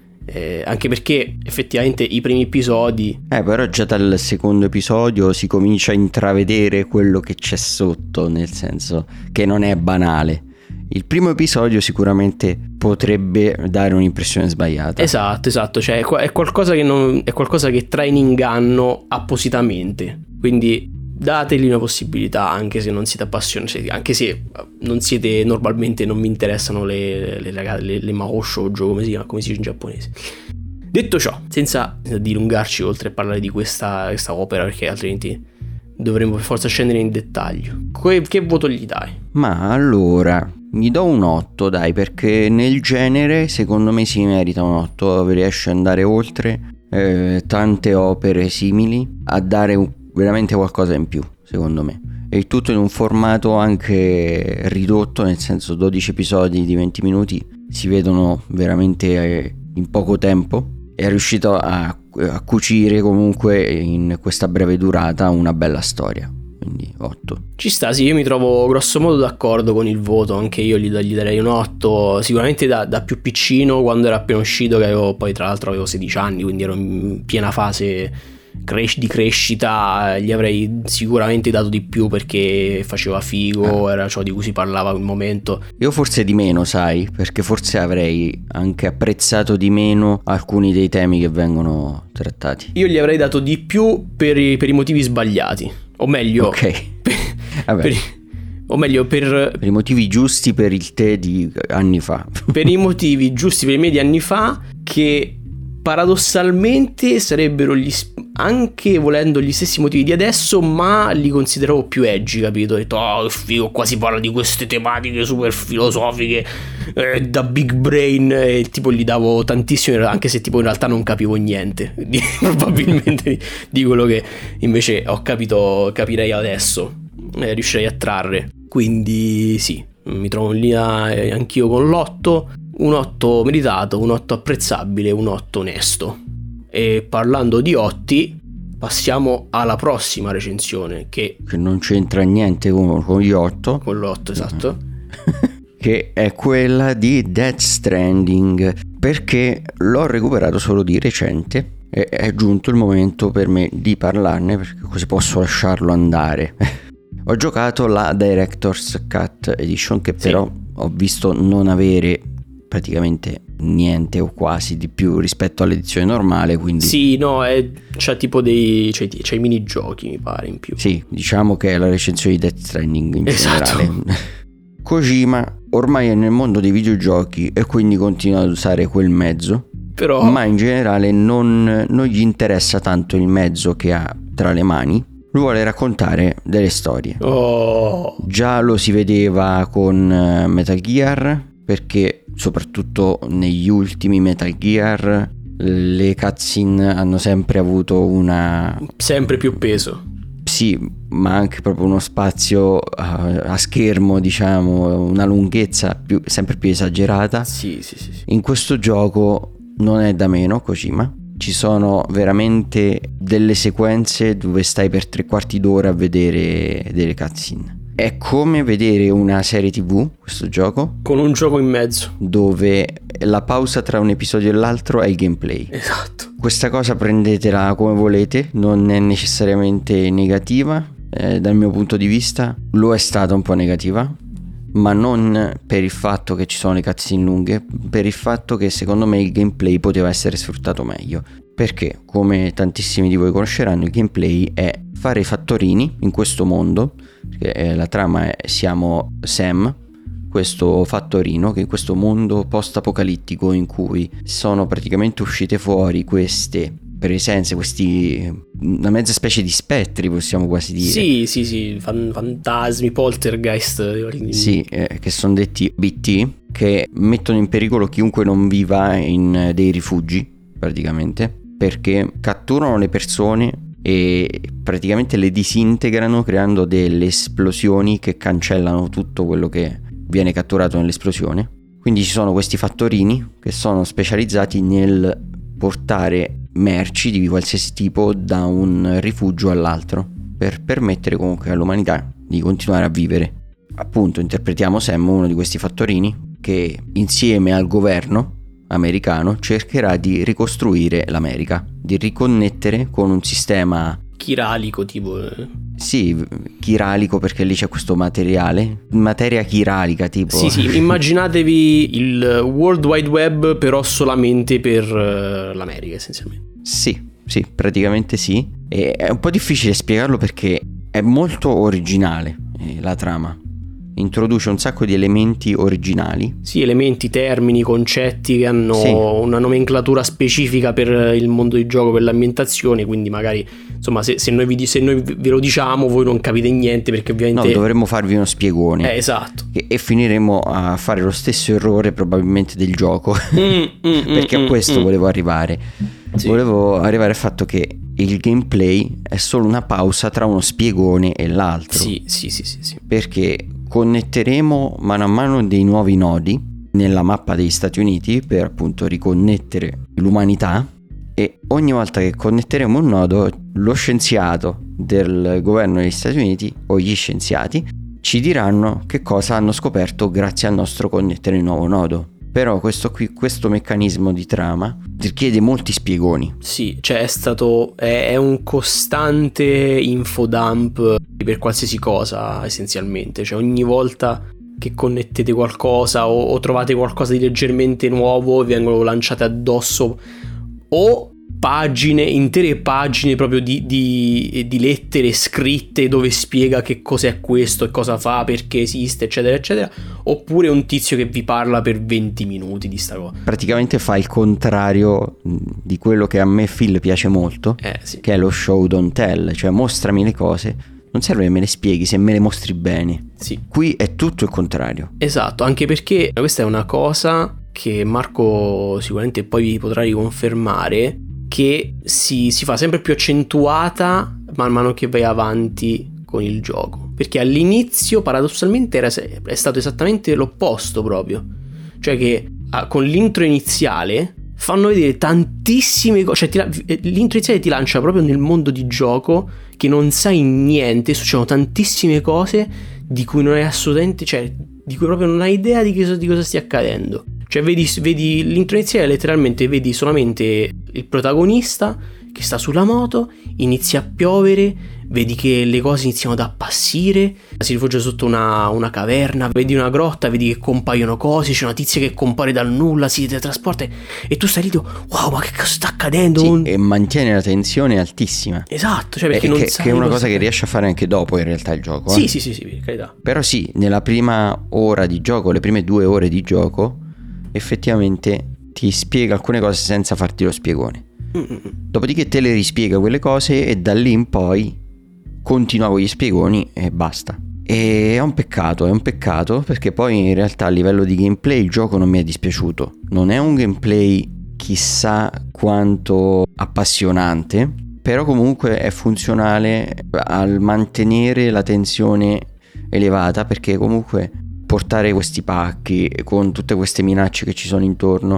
eh, anche perché effettivamente i primi episodi eh però già dal secondo episodio si comincia a intravedere quello che c'è sotto, nel senso che non è banale. Il primo episodio sicuramente potrebbe dare un'impressione sbagliata. Esatto, esatto, cioè è qualcosa che non, è qualcosa che trae in inganno appositamente, quindi dategli una possibilità, anche se non siete appassionati, anche se non siete normalmente, non vi interessano le le, le, le, le mahou shoujo, come si chiama, come si dice in giapponese. Detto ciò, senza dilungarci oltre a parlare di questa, questa opera, perché altrimenti dovremmo per forza scendere in dettaglio, che, che voto gli dai? Ma allora gli do un otto, dai, perché nel genere secondo me si merita un otto, riesce ad andare oltre eh, tante opere simili, a dare un, veramente qualcosa in più, secondo me. E il tutto in un formato anche ridotto, nel senso dodici episodi di venti minuti si vedono veramente in poco tempo. È riuscito a, a cucire comunque in questa breve durata una bella storia, quindi otto. Ci sta, sì, io mi trovo grosso modo d'accordo con il voto, anche io gli, gli darei un otto, sicuramente da, da più piccino, quando era appena uscito, che avevo, poi tra l'altro avevo sedici anni, quindi ero in piena fase cres- di crescita, gli avrei sicuramente dato di più perché faceva figo, era ciò di cui si parlava in quel momento. Io forse di meno, sai, perché forse avrei anche apprezzato di meno alcuni dei temi che vengono trattati. Io gli avrei dato di più per i, per i motivi sbagliati, o meglio ok per, Vabbè. per, o meglio per, per i motivi giusti per il te di anni fa. Per i motivi giusti per i me di anni fa, che paradossalmente sarebbero gli, anche volendo gli stessi motivi di adesso, ma li consideravo più edgy, capito? Ho detto, oh, figo, qua si parla di queste tematiche super filosofiche, eh, da big brain, e tipo gli davo tantissimo, anche se tipo in realtà non capivo niente di, probabilmente di, di quello che invece ho capito, capirei adesso, eh, riuscirei a trarre. Quindi sì, mi trovo lì eh, anch'io con l'otto. Un otto meritato, un otto apprezzabile, un otto onesto. E parlando di otti, passiamo alla prossima recensione che, che non c'entra niente con, con gli otto. Con l'otto, esatto. Che è quella di Death Stranding, perché l'ho recuperato solo di recente e è giunto il momento per me di parlarne, perché così posso lasciarlo andare. Ho giocato la Director's Cut Edition, che però sì. ho visto non avere praticamente niente o quasi di più rispetto all'edizione normale, quindi sì, no, è, c'ha tipo dei c'è, c'è i minigiochi, mi pare, in più. Sì, diciamo che è la recensione di Death Stranding in esatto. generale. Kojima ormai è nel mondo dei videogiochi e quindi continua ad usare quel mezzo, però ma in generale non, non gli interessa tanto il mezzo che ha tra le mani. Lui vuole raccontare delle storie. Oh. Già lo si vedeva con Metal Gear, perché soprattutto negli ultimi Metal Gear le cutscene hanno sempre avuto una sempre più peso. Sì, ma anche proprio uno spazio a, a schermo, diciamo, una lunghezza più, sempre più esagerata. Sì, sì, sì, sì. In questo gioco non è da meno Kojima. Ci sono veramente delle sequenze dove stai per tre quarti d'ora a vedere delle cutscene. È come vedere una serie tv, questo gioco, con un gioco in mezzo, dove la pausa tra un episodio e l'altro è il gameplay. Esatto. Questa cosa prendetela come volete, non è necessariamente negativa, eh, dal mio punto di vista lo è stata un po' negativa, ma non per il fatto che ci sono le cutscene lunghe, per il fatto che secondo me il gameplay poteva essere sfruttato meglio. Perché, come tantissimi di voi conosceranno, il gameplay è fare i fattorini in questo mondo, perché la trama è siamo Sam, questo fattorino che in questo mondo post-apocalittico in cui sono praticamente uscite fuori queste presenze, questi una mezza specie di spettri, possiamo quasi dire. Sì, sì, sì, fan, fantasmi, poltergeist. Sì, eh, che sono detti B T, che mettono in pericolo chiunque non viva in dei rifugi, praticamente, perché catturano le persone e praticamente le disintegrano creando delle esplosioni che cancellano tutto quello che viene catturato nell'esplosione. Quindi ci sono questi fattorini che sono specializzati nel portare merci di qualsiasi tipo da un rifugio all'altro per permettere comunque all'umanità di continuare a vivere. Appunto interpretiamo Sam, uno di questi fattorini, che insieme al governo americano cercherà di ricostruire l'America, di riconnettere con un sistema chiralico tipo. Sì, chiralico, perché lì c'è questo materiale, materia chiralica tipo. Sì, sì, immaginatevi il World Wide Web però solamente per l'America essenzialmente. Sì, sì, praticamente sì. E è un po' difficile spiegarlo perché è molto originale eh, la trama. Introduce un sacco di elementi originali. Sì, elementi, termini, concetti che hanno sì. una nomenclatura specifica per il mondo di gioco, per l'ambientazione, quindi magari insomma se, se, noi vi, se noi ve lo diciamo voi non capite niente, perché ovviamente no, dovremmo farvi uno spiegone. Eh, esatto. E, e finiremo a fare lo stesso errore probabilmente del gioco. mm, mm, Perché mm, a questo mm. volevo arrivare. Sì. Volevo arrivare al fatto che il gameplay è solo una pausa tra uno spiegone e l'altro. Sì, sì, sì, sì, sì. Perché connetteremo mano a mano dei nuovi nodi nella mappa degli Stati Uniti per appunto riconnettere l'umanità, e ogni volta che connetteremo un nodo lo scienziato del governo degli Stati Uniti o gli scienziati ci diranno che cosa hanno scoperto grazie al nostro connettere il nuovo nodo. Però questo qui, questo meccanismo di trama richiede molti spiegoni. Sì, cioè è stato è, è un costante infodump per qualsiasi cosa essenzialmente. Cioè ogni volta che connettete qualcosa o, o trovate qualcosa di leggermente nuovo vi vengono lanciate addosso o pagine, intere pagine proprio di, di, di lettere scritte dove spiega che cos'è questo e cosa fa, perché esiste, eccetera eccetera, oppure un tizio che vi parla per venti minuti di sta cosa. Praticamente fa il contrario di quello che a me Phil piace molto, eh, sì. che è lo show don't tell, cioè mostrami le cose, non serve che me le spieghi se me le mostri bene. Sì. Qui è tutto il contrario. Esatto, anche perché questa è una cosa che Marco sicuramente poi vi potrà riconfermare, che si, si fa sempre più accentuata man mano che vai avanti con il gioco, perché all'inizio paradossalmente era, è stato esattamente l'opposto proprio, cioè che ah, con l'intro iniziale fanno vedere tantissime cose, cioè ti, l'intro iniziale ti lancia proprio nel mondo di gioco che non sai niente, succedono tantissime cose di cui non hai assolutamente, cioè di cui proprio non hai idea di, che, di cosa stia accadendo. Cioè vedi, vedi l'intro iniziale, letteralmente vedi solamente il protagonista che sta sulla moto, inizia a piovere, vedi che le cose iniziano ad appassire, si rifugia sotto una, una caverna, vedi una grotta, vedi che compaiono cose, c'è una tizia che compare dal nulla, si teletrasporta e tu stai lì, wow, ma che cosa sta accadendo? Sì, e mantiene la tensione altissima. Esatto, cioè perché e non che, sai che è una cosa cosa che riesce a fare anche dopo in realtà il gioco. Sì, eh? sì, sì, sì, per carità. Però sì, nella prima ora di gioco, le prime due ore di gioco, effettivamente ti spiega alcune cose senza farti lo spiegone. Mm-mm. Dopodiché te le rispiega quelle cose e da lì in poi continua con gli spiegoni e basta. E è un peccato, è un peccato perché poi in realtà a livello di gameplay il gioco non mi è dispiaciuto. Non è un gameplay chissà quanto appassionante, però comunque è funzionale al mantenere la tensione elevata, perché comunque portare questi pacchi con tutte queste minacce che ci sono intorno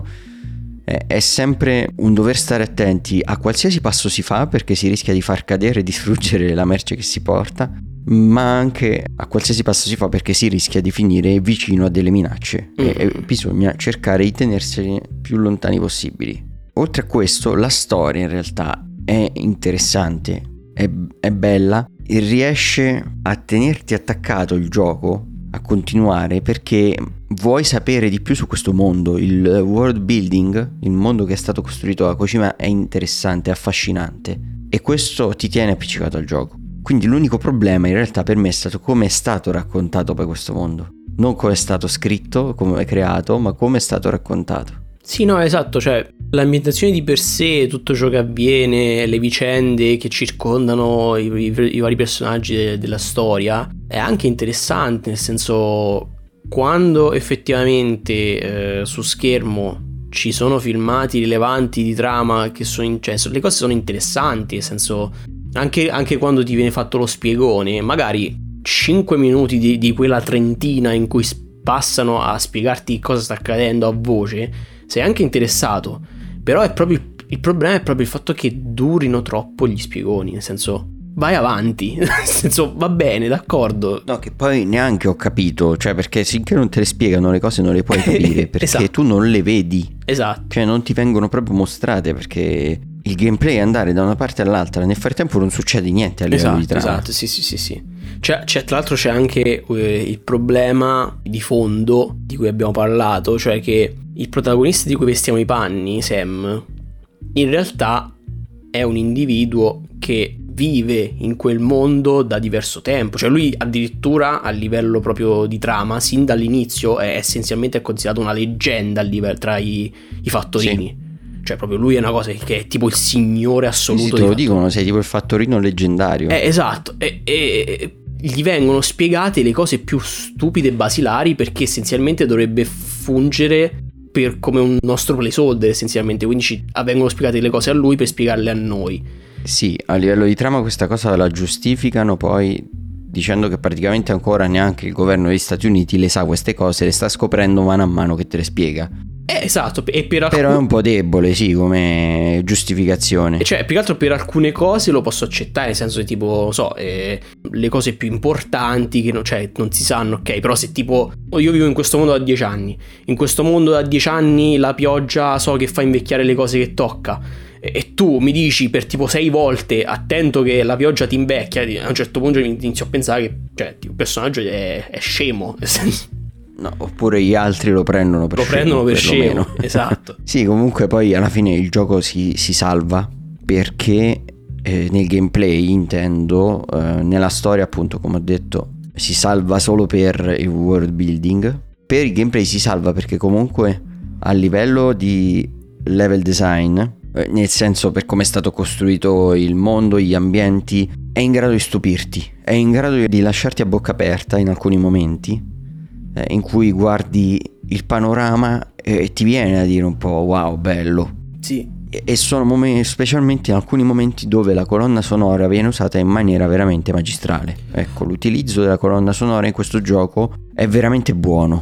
è sempre un dover stare attenti a qualsiasi passo si fa, perché si rischia di far cadere e distruggere la merce che si porta, ma anche a qualsiasi passo si fa perché si rischia di finire vicino a delle minacce mm. e bisogna cercare di tenersene più lontani possibili. Oltre a questo, la storia in realtà è interessante, è, è bella e riesce a tenerti attaccato il gioco, a continuare, perché vuoi sapere di più su questo mondo. Il world building, il mondo che è stato costruito da Kojima è interessante, è affascinante e questo ti tiene appiccicato al gioco. Quindi l'unico problema in realtà per me è stato come è stato raccontato poi questo mondo, non come è stato scritto, come è creato, ma come è stato raccontato. Sì, no, esatto, cioè l'ambientazione di per sé, tutto ciò che avviene, le vicende che circondano i, i, i vari personaggi de, della storia è anche interessante, nel senso, quando effettivamente eh, su schermo ci sono filmati rilevanti di trama che sono, in, cioè, le cose sono interessanti, nel senso, anche, anche quando ti viene fatto lo spiegone, magari cinque minuti di, di quella trentina in cui passano a spiegarti cosa sta accadendo a voce, sei anche interessato, però è proprio il problema è proprio il fatto che durino troppo gli spiegoni, nel senso, vai avanti, nel senso, va bene, d'accordo. No, che poi neanche ho capito, cioè perché finché non te le spiegano le cose non le puoi capire, perché esatto. tu non le vedi. Esatto. Cioè non ti vengono proprio mostrate, perché il gameplay è andare da una parte all'altra, nel frattempo non succede niente a livello esatto, di trama. Esatto, sì, sì, sì, sì. C'è, c'è, tra l'altro c'è anche eh, il problema di fondo di cui abbiamo parlato, cioè che il protagonista di cui vestiamo i panni, Sam, in realtà è un individuo che vive in quel mondo da diverso tempo, cioè lui addirittura a livello proprio di trama sin dall'inizio è essenzialmente considerato una leggenda al livello, tra i, i fattorini. Sì. Cioè proprio lui è una cosa che è tipo il signore assoluto. Sì, sì, te lo dicono, sei tipo il fattorino leggendario. Eh, esatto, e, e gli vengono spiegate le cose più stupide e basilari, perché essenzialmente dovrebbe fungere per come un nostro placeholder essenzialmente, quindi ci vengono spiegate le cose a lui per spiegarle a noi. Sì, a livello di trama questa cosa la giustificano poi dicendo che praticamente ancora neanche il governo degli Stati Uniti le sa queste cose, le sta scoprendo mano a mano che te le spiega. Eh, esatto, e per alcun... però è un po' debole, sì, come giustificazione. Cioè, più che altro per alcune cose lo posso accettare, nel senso che tipo, non so, eh, le cose più importanti che non, cioè, non si sanno, ok, però se tipo, io vivo in questo mondo da dieci anni, in questo mondo da dieci anni la pioggia so che fa invecchiare le cose che tocca, e, e tu mi dici per tipo sei volte attento che la pioggia ti invecchia, a un certo punto inizio a pensare che, cioè, tipo, il personaggio è, è scemo, nel senso... No, oppure gli altri lo prendono per lo scemo. Lo prendono per scemo, esatto. Sì, comunque poi alla fine il gioco si, si salva perché eh, nel gameplay, intendo, eh, nella storia appunto, come ho detto, si salva solo per il world building. Per il gameplay si salva perché comunque a livello di level design, eh, nel senso per come è stato costruito il mondo, gli ambienti, è in grado di stupirti, è in grado di lasciarti a bocca aperta in alcuni momenti, in cui guardi il panorama e ti viene a dire un po' wow, bello. Sì. E sono momenti, specialmente in alcuni momenti dove la colonna sonora viene usata in maniera veramente magistrale. Ecco, l'utilizzo della colonna sonora in questo gioco è veramente buono.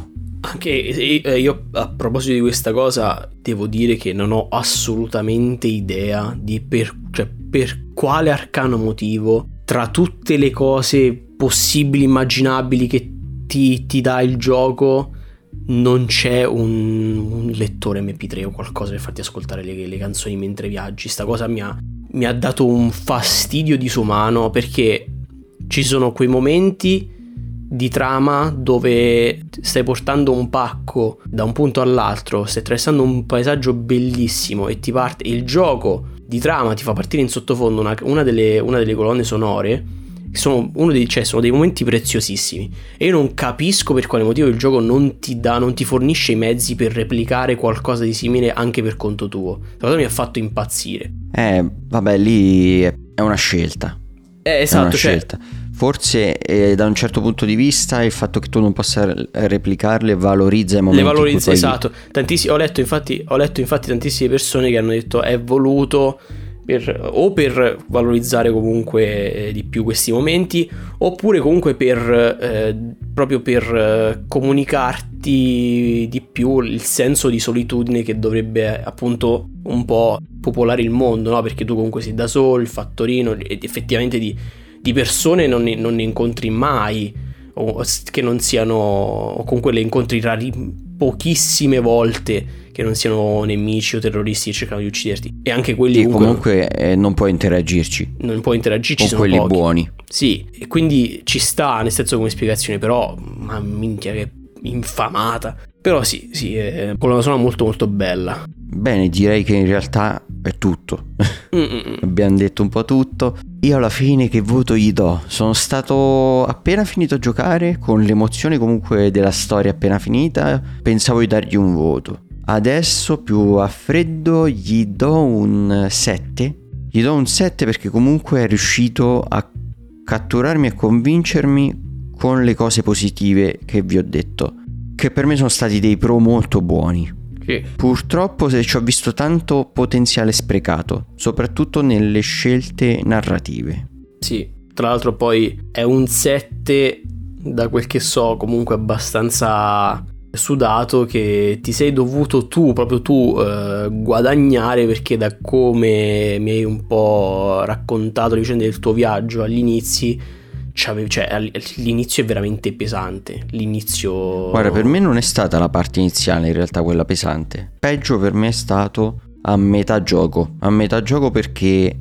Anche eh, io a proposito di questa cosa devo dire che non ho assolutamente idea di per, cioè, per quale arcano motivo tra tutte le cose possibili, immaginabili che ti, ti dà il gioco non c'è un, un lettore emme pi tre o qualcosa per farti ascoltare le, le canzoni mentre viaggi. Sta cosa mi ha, mi ha dato un fastidio disumano, perché ci sono quei momenti di trama dove stai portando un pacco da un punto all'altro, stai attraversando un paesaggio bellissimo e ti parte il gioco di trama, ti fa partire in sottofondo una, una, delle, una delle colonne sonore che sono, uno dei, cioè, sono dei momenti preziosissimi, e io non capisco per quale motivo il gioco non ti dà, non ti fornisce i mezzi per replicare qualcosa di simile anche per conto tuo. La cosa mi ha fatto impazzire. Eh vabbè, lì è una scelta. Eh, esatto, è una cioè, scelta. Forse eh, da un certo punto di vista il fatto che tu non possa replicarle valorizza i momenti le valorizza, in cui poi... esatto. Tantissimi, ho letto infatti ho letto infatti tantissime persone che hanno detto è voluto per, o per valorizzare comunque eh, di più questi momenti, oppure comunque per eh, proprio per eh, comunicarti di più il senso di solitudine che dovrebbe appunto un po' popolare il mondo, no? Perché tu comunque sei da solo, il fattorino, ed effettivamente di di persone non ne, non ne incontri mai, o che non siano, o comunque le incontri rari, pochissime volte, che non siano nemici o terroristi che cercano di ucciderti, e anche quelli sì, comunque, comunque eh, non puoi interagirci non puoi interagirci, con sono quelli pochi. buoni. Sì, e quindi ci sta nel senso come spiegazione, però ma minchia che infamata. Però sì, sì, è una colonna sonora molto molto bella. Bene, direi che in realtà è tutto. Abbiamo detto un po' tutto. Io alla fine che voto gli do? Sono stato appena finito a giocare, con l'emozione comunque della storia appena finita, pensavo di dargli un voto. Adesso più a freddo gli do un sette. Gli do un sette perché comunque è riuscito a catturarmi e convincermi con le cose positive che vi ho detto, che per me sono stati dei pro molto buoni. Sì. Purtroppo se ci ho visto tanto potenziale sprecato, soprattutto nelle scelte narrative. Sì, tra l'altro poi è un sette, da quel che so, comunque abbastanza sudato, che ti sei dovuto tu, proprio tu, eh, guadagnare, perché da come mi hai un po' raccontato le vicende del tuo viaggio agli inizi, cioè l'inizio è veramente pesante. L'inizio, guarda, per me non è stata la parte iniziale in realtà quella pesante. Peggio per me è stato a metà gioco. A metà gioco perché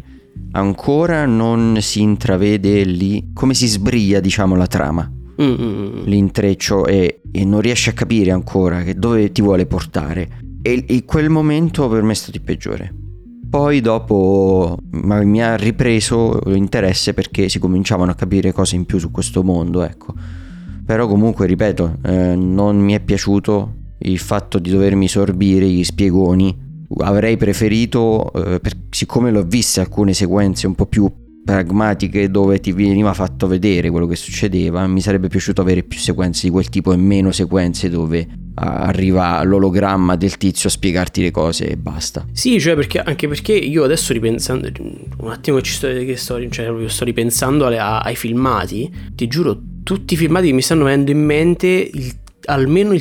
ancora non si intravede lì come si sbriglia, diciamo, la trama, mm-hmm. l'intreccio, e, e non riesci a capire ancora che dove ti vuole portare. E, e quel momento per me è stato il peggiore. Poi dopo ma mi ha ripreso l'interesse perché si cominciavano a capire cose in più su questo mondo, ecco. Però comunque, ripeto, eh, non mi è piaciuto il fatto di dovermi sorbire gli spiegoni. Avrei preferito, eh, per, siccome l'ho viste alcune sequenze un po' più pragmatiche dove ti veniva fatto vedere quello che succedeva, mi sarebbe piaciuto avere più sequenze di quel tipo e meno sequenze dove arriva l'ologramma del tizio a spiegarti le cose e basta. Sì, cioè perché anche perché io adesso ripensando un attimo che ci sto, che sto, cioè, sto ripensando alle, a, ai filmati, ti giuro, tutti i filmati che mi stanno venendo in mente, il, almeno il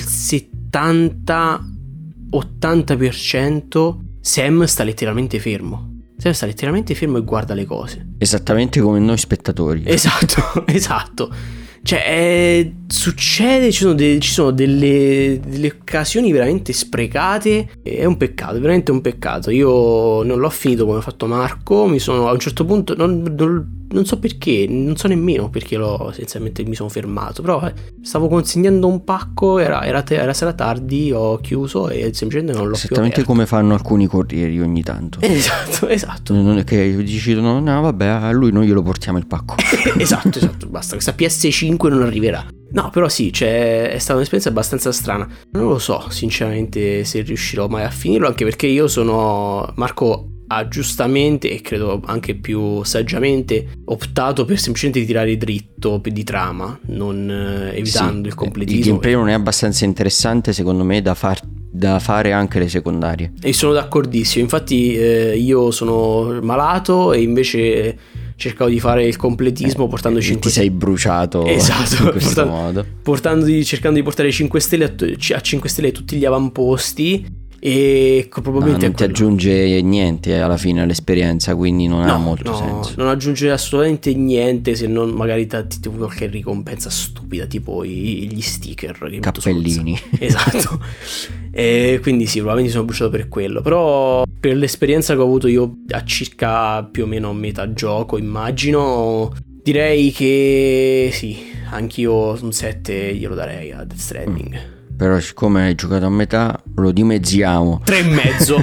settanta ottanta per cento Sam sta letteralmente fermo. Sam sta letteralmente fermo e guarda le cose. Esattamente come noi spettatori. Esatto, esatto. Cioè, eh, succede, ci sono, de- ci sono delle, delle occasioni veramente sprecate. È un peccato, veramente un peccato. Io non l'ho finito come ha fatto Marco. Mi sono a un certo punto, non, non, non so perché, non so nemmeno perché l'ho essenzialmente mi sono fermato. Però eh, stavo consegnando un pacco, era, era, era sera tardi, ho chiuso e semplicemente non l'ho più aperto. Esattamente come fanno alcuni corrieri ogni tanto. Esatto, esatto. Non è che decidono, no vabbè, a lui noi glielo portiamo il pacco. Esatto, esatto, basta, questa P S cinque non arriverà. No, però sì, cioè, è stata un'esperienza abbastanza strana. Non lo so, sinceramente, se riuscirò mai a finirlo, anche perché io sono... Marco ha giustamente, e credo anche più saggiamente, optato per semplicemente tirare dritto di trama, non eh, evitando sì, il completismo. Il gameplay non è abbastanza interessante, secondo me, da, far, da fare anche le secondarie. E sono d'accordissimo, infatti eh, io sono malato e invece... cercavo di fare il completismo eh, portando cinque ti sei bruciato esatto, in questo portando, modo portando di, cercando di portare cinque stelle a, a cinque stelle tutti gli avamposti. E probabilmente no, non ti aggiunge niente alla fine all'esperienza, quindi non no, ha molto no, senso. Non aggiunge assolutamente niente, se non magari ti ti qualche ricompensa stupida, tipo i, gli sticker che cappellini. Esatto. E quindi sì, probabilmente sono bruciato per quello. Però per l'esperienza che ho avuto io a circa più o meno metà gioco, immagino, direi che sì, anch'io un sette glielo darei a Death Stranding. Mm. Però siccome hai giocato a metà lo dimezziamo. Tre e mezzo.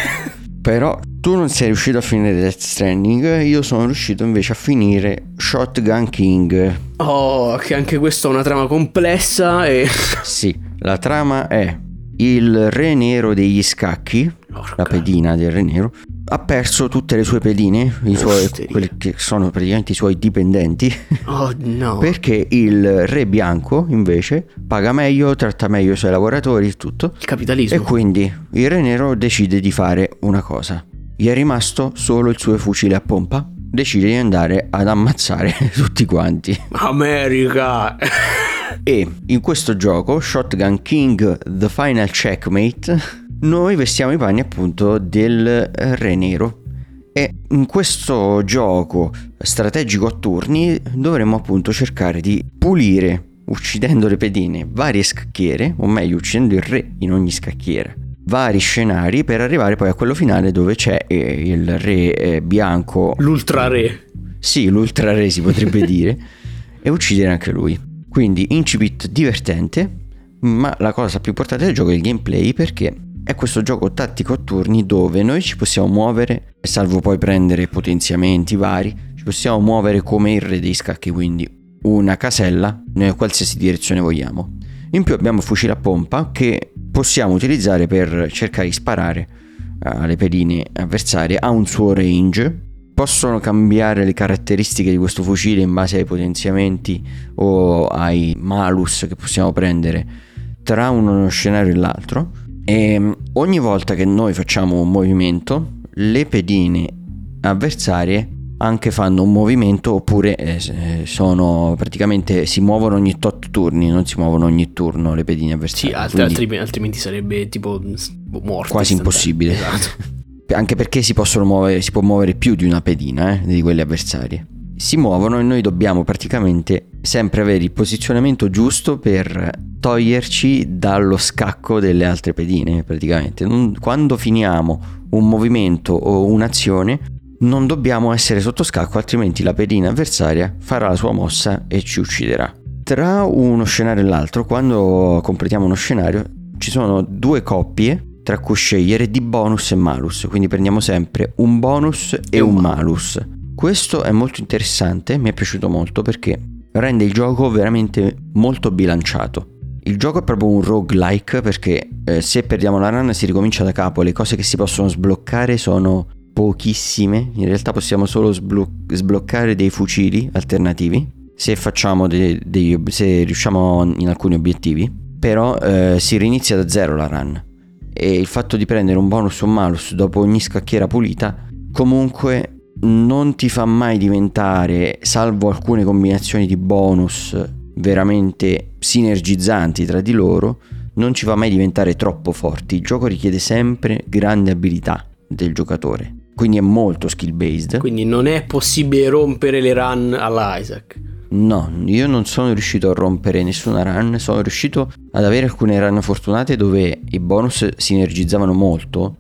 Però tu non sei riuscito a finire Death Stranding, io sono riuscito invece a finire Shotgun King. Oh, che anche questo ha una trama complessa e... Sì, la trama è il re nero degli scacchi, Orca. La pedina del re nero, ha perso tutte le sue pedine, i suoi, quelli che sono praticamente i suoi dipendenti. Oh no. Perché il re bianco invece paga meglio, tratta meglio i suoi lavoratori e tutto. Il capitalismo. E quindi il re nero decide di fare una cosa. Gli è rimasto solo il suo fucile a pompa. Decide di andare ad ammazzare tutti quanti. America. E in questo gioco, Shotgun King The Final Checkmate, noi vestiamo i panni appunto del re nero. E in questo gioco strategico a turni dovremo appunto cercare di pulire, uccidendo le pedine, varie scacchiere, o meglio uccidendo il re in ogni scacchiera, vari scenari, per arrivare poi a quello finale dove c'è eh, il re eh, bianco, l'ultra re. Sì, l'ultra re si potrebbe dire, e uccidere anche lui. Quindi incipit divertente, ma la cosa più importante del gioco è il gameplay, perché è questo gioco tattico a turni dove noi ci possiamo muovere, salvo poi prendere potenziamenti vari, ci possiamo muovere come il re dei scacchi, quindi una casella in qualsiasi direzione vogliamo. In più abbiamo fucile a pompa che possiamo utilizzare per cercare di sparare alle pedine avversarie, ha un suo range. Possono cambiare le caratteristiche di questo fucile in base ai potenziamenti o ai malus che possiamo prendere tra uno scenario e l'altro. E ogni volta che noi facciamo un movimento, le pedine avversarie anche fanno un movimento, oppure eh, sono praticamente si muovono ogni tot turni, non si muovono ogni turno le pedine avversarie. Sì, altri, altrimenti, altrimenti sarebbe tipo morte. Quasi impossibile. Esatto. Anche perché si possono muovere, si può muovere più di una pedina, eh, di quelle avversarie. Si muovono e noi dobbiamo praticamente sempre avere il posizionamento giusto per toglierci dallo scacco delle altre pedine, praticamente. Non, quando finiamo un movimento o un'azione non dobbiamo essere sotto scacco, altrimenti la pedina avversaria farà la sua mossa e ci ucciderà. Tra uno scenario e l'altro, quando completiamo uno scenario, ci sono due coppie tra cui scegliere di bonus e malus, quindi prendiamo sempre un bonus e un malus. Questo è molto interessante, mi è piaciuto molto perché rende il gioco veramente molto bilanciato. Il gioco è proprio un roguelike perché eh, se perdiamo la run si ricomincia da capo, le cose che si possono sbloccare sono pochissime, in realtà possiamo solo sblo- sbloccare dei fucili alternativi se facciamo dei, dei, se riusciamo in alcuni obiettivi, però eh, si rinizia da zero la run. E il fatto di prendere un bonus o un malus dopo ogni scacchiera pulita comunque non ti fa mai diventare, salvo alcune combinazioni di bonus veramente sinergizzanti tra di loro, non ci fa mai diventare troppo forti. Il gioco richiede sempre grande abilità del giocatore, quindi è molto skill based. Quindi non è possibile rompere le run alla Isaac. No, io non sono riuscito a rompere nessuna run, sono riuscito ad avere alcune run fortunate dove i bonus sinergizzavano molto,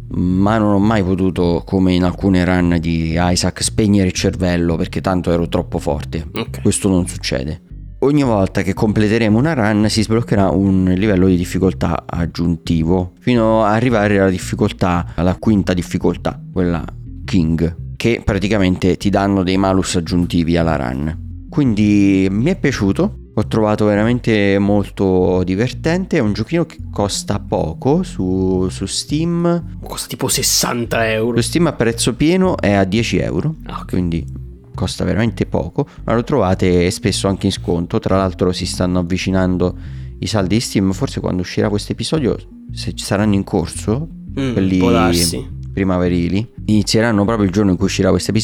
ma non ho mai potuto, come in alcune run di Isaac, spegnere il cervello perché tanto ero troppo forte. Okay. Questo non succede. Ogni volta che completeremo una run si sbloccherà un livello di difficoltà aggiuntivo fino ad arrivare alla difficoltà, alla quinta difficoltà, quella King, che praticamente ti danno dei malus aggiuntivi alla run. Quindi mi è piaciuto, ho trovato veramente molto divertente, è un giochino che costa poco su, su Steam. Costa tipo sessanta euro. Su Steam a prezzo pieno è a dieci euro, ah, okay. Quindi costa veramente poco, ma lo trovate spesso anche in sconto. Tra l'altro si stanno avvicinando i saldi di Steam, forse quando uscirà questo episodio, se ci saranno in corso, mm, quelli può darsi. primaverili, inizieranno proprio il giorno in cui uscirà questo episodio.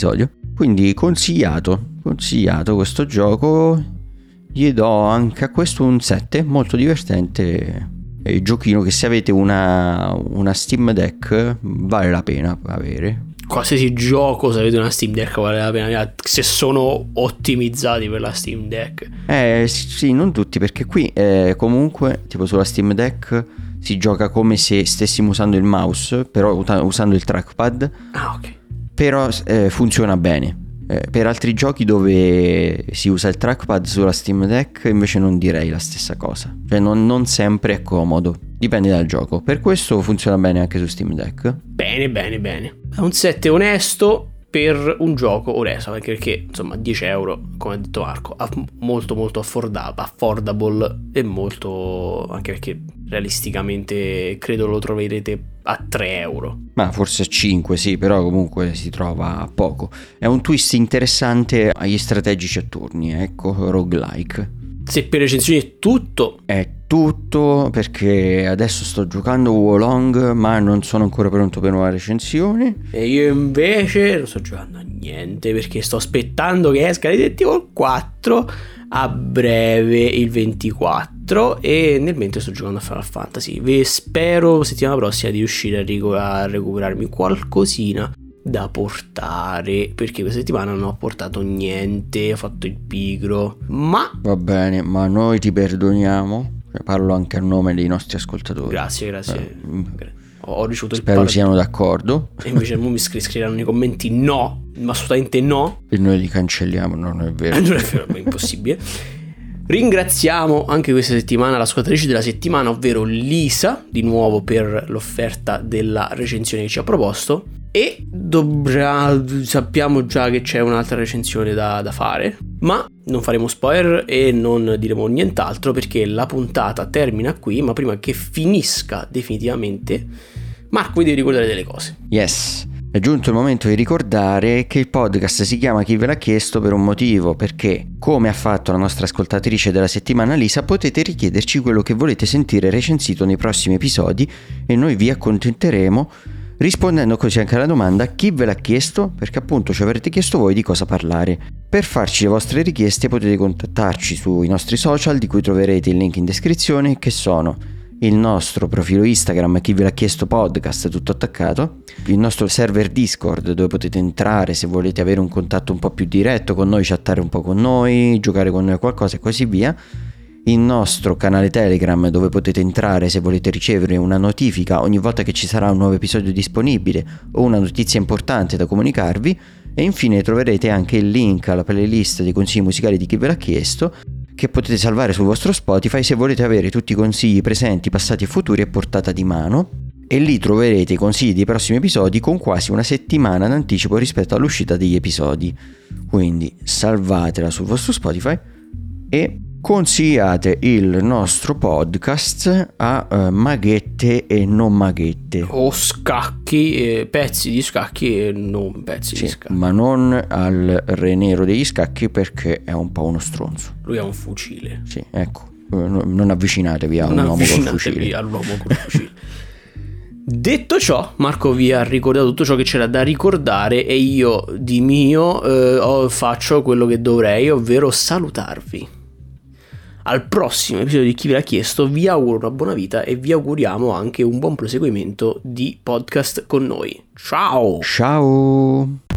Quindi consigliato, consigliato questo gioco, gli do anche a questo un sette, molto divertente, è il giochino che se avete una, una Steam Deck vale la pena avere. Qualsiasi gioco, se avete una Steam Deck vale la pena, se sono ottimizzati per la Steam Deck. Eh sì, non tutti, perché qui eh, comunque tipo sulla Steam Deck si gioca come se stessimo usando il mouse, però usando il trackpad. Ah, ok. Però eh, funziona bene. Eh, per altri giochi dove si usa il trackpad sulla Steam Deck invece non direi la stessa cosa. Cioè non, non sempre è comodo, dipende dal gioco. Per questo funziona bene anche su Steam Deck. Bene, bene, bene. È un sette onesto per un gioco onesto, anche perché insomma dieci euro, come ha detto Marco, molto molto affordable, affordable e molto, anche perché realisticamente credo lo troverete a tre euro. Ma forse a cinque, sì, però comunque si trova a poco. È un twist interessante agli strategici a turni, ecco, roguelike. Se per recensioni è tutto, è tutto, perché adesso sto giocando Wolong, ma non sono ancora pronto per nuova recensione. E io invece non sto giocando a niente, perché sto aspettando che esca Resident Evil quattro a breve, il ventiquattro, e nel mentre sto giocando a Final Fantasy. Vi spero settimana prossima di riuscire a, ric- a recuperarmi qualcosina da portare, perché questa settimana non ho portato niente, ho fatto il pigro. Ma va bene, ma noi ti perdoniamo. Parlo anche a nome dei nostri ascoltatori. Grazie, grazie. Eh, ho ricevuto il spero siano d'accordo. E invece mi scriveranno nei commenti no, ma assolutamente no. E noi li cancelliamo, non è vero. Non è vero, è impossibile. Ringraziamo anche questa settimana l'ascoltatrice della settimana, ovvero Lisa, di nuovo per l'offerta della recensione che ci ha proposto. E dovrà, sappiamo già che c'è un'altra recensione da, da fare, ma non faremo spoiler e non diremo nient'altro, perché la puntata termina qui. Ma prima che finisca definitivamente, Marco, vi devi ricordare delle cose. Yes, è giunto il momento di ricordare che il podcast si chiama Chi ve l'ha chiesto per un motivo, perché come ha fatto la nostra ascoltatrice della settimana Lisa, potete richiederci quello che volete sentire recensito nei prossimi episodi e noi vi accontenteremo, rispondendo così anche alla domanda chi ve l'ha chiesto, perché appunto ci avrete chiesto voi di cosa parlare. Per farci le vostre richieste potete contattarci sui nostri social, di cui troverete il link in descrizione, che sono il nostro profilo Instagram Chi ve l'ha chiesto podcast, tutto attaccato, il nostro server Discord dove potete entrare se volete avere un contatto un po' più diretto con noi, chattare un po' con noi, giocare con noi a qualcosa e così via, il nostro canale Telegram dove potete entrare se volete ricevere una notifica ogni volta che ci sarà un nuovo episodio disponibile o una notizia importante da comunicarvi, e infine troverete anche il link alla playlist dei consigli musicali di Chi ve l'ha chiesto, che potete salvare sul vostro Spotify se volete avere tutti i consigli presenti, passati e futuri a portata di mano, e lì troverete i consigli dei prossimi episodi con quasi una settimana d'anticipo rispetto all'uscita degli episodi. Quindi salvatela sul vostro Spotify e consigliate il nostro podcast a uh, maghette e non maghette, o scacchi, eh, pezzi di scacchi e non pezzi sì, di scacchi, ma non al re nero degli scacchi, perché è un po' uno stronzo. Lui ha un fucile. Sì, ecco, non avvicinatevi a non un uomo col fucile. avvicinatevi all'uomo col fucile. Detto ciò, Marco vi ha ricordato tutto ciò che c'era da ricordare, e io di mio eh, faccio quello che dovrei, ovvero salutarvi. Al prossimo episodio di Chi ve l'ha chiesto, vi auguro una buona vita e vi auguriamo anche un buon proseguimento di podcast con noi. Ciao! Ciao!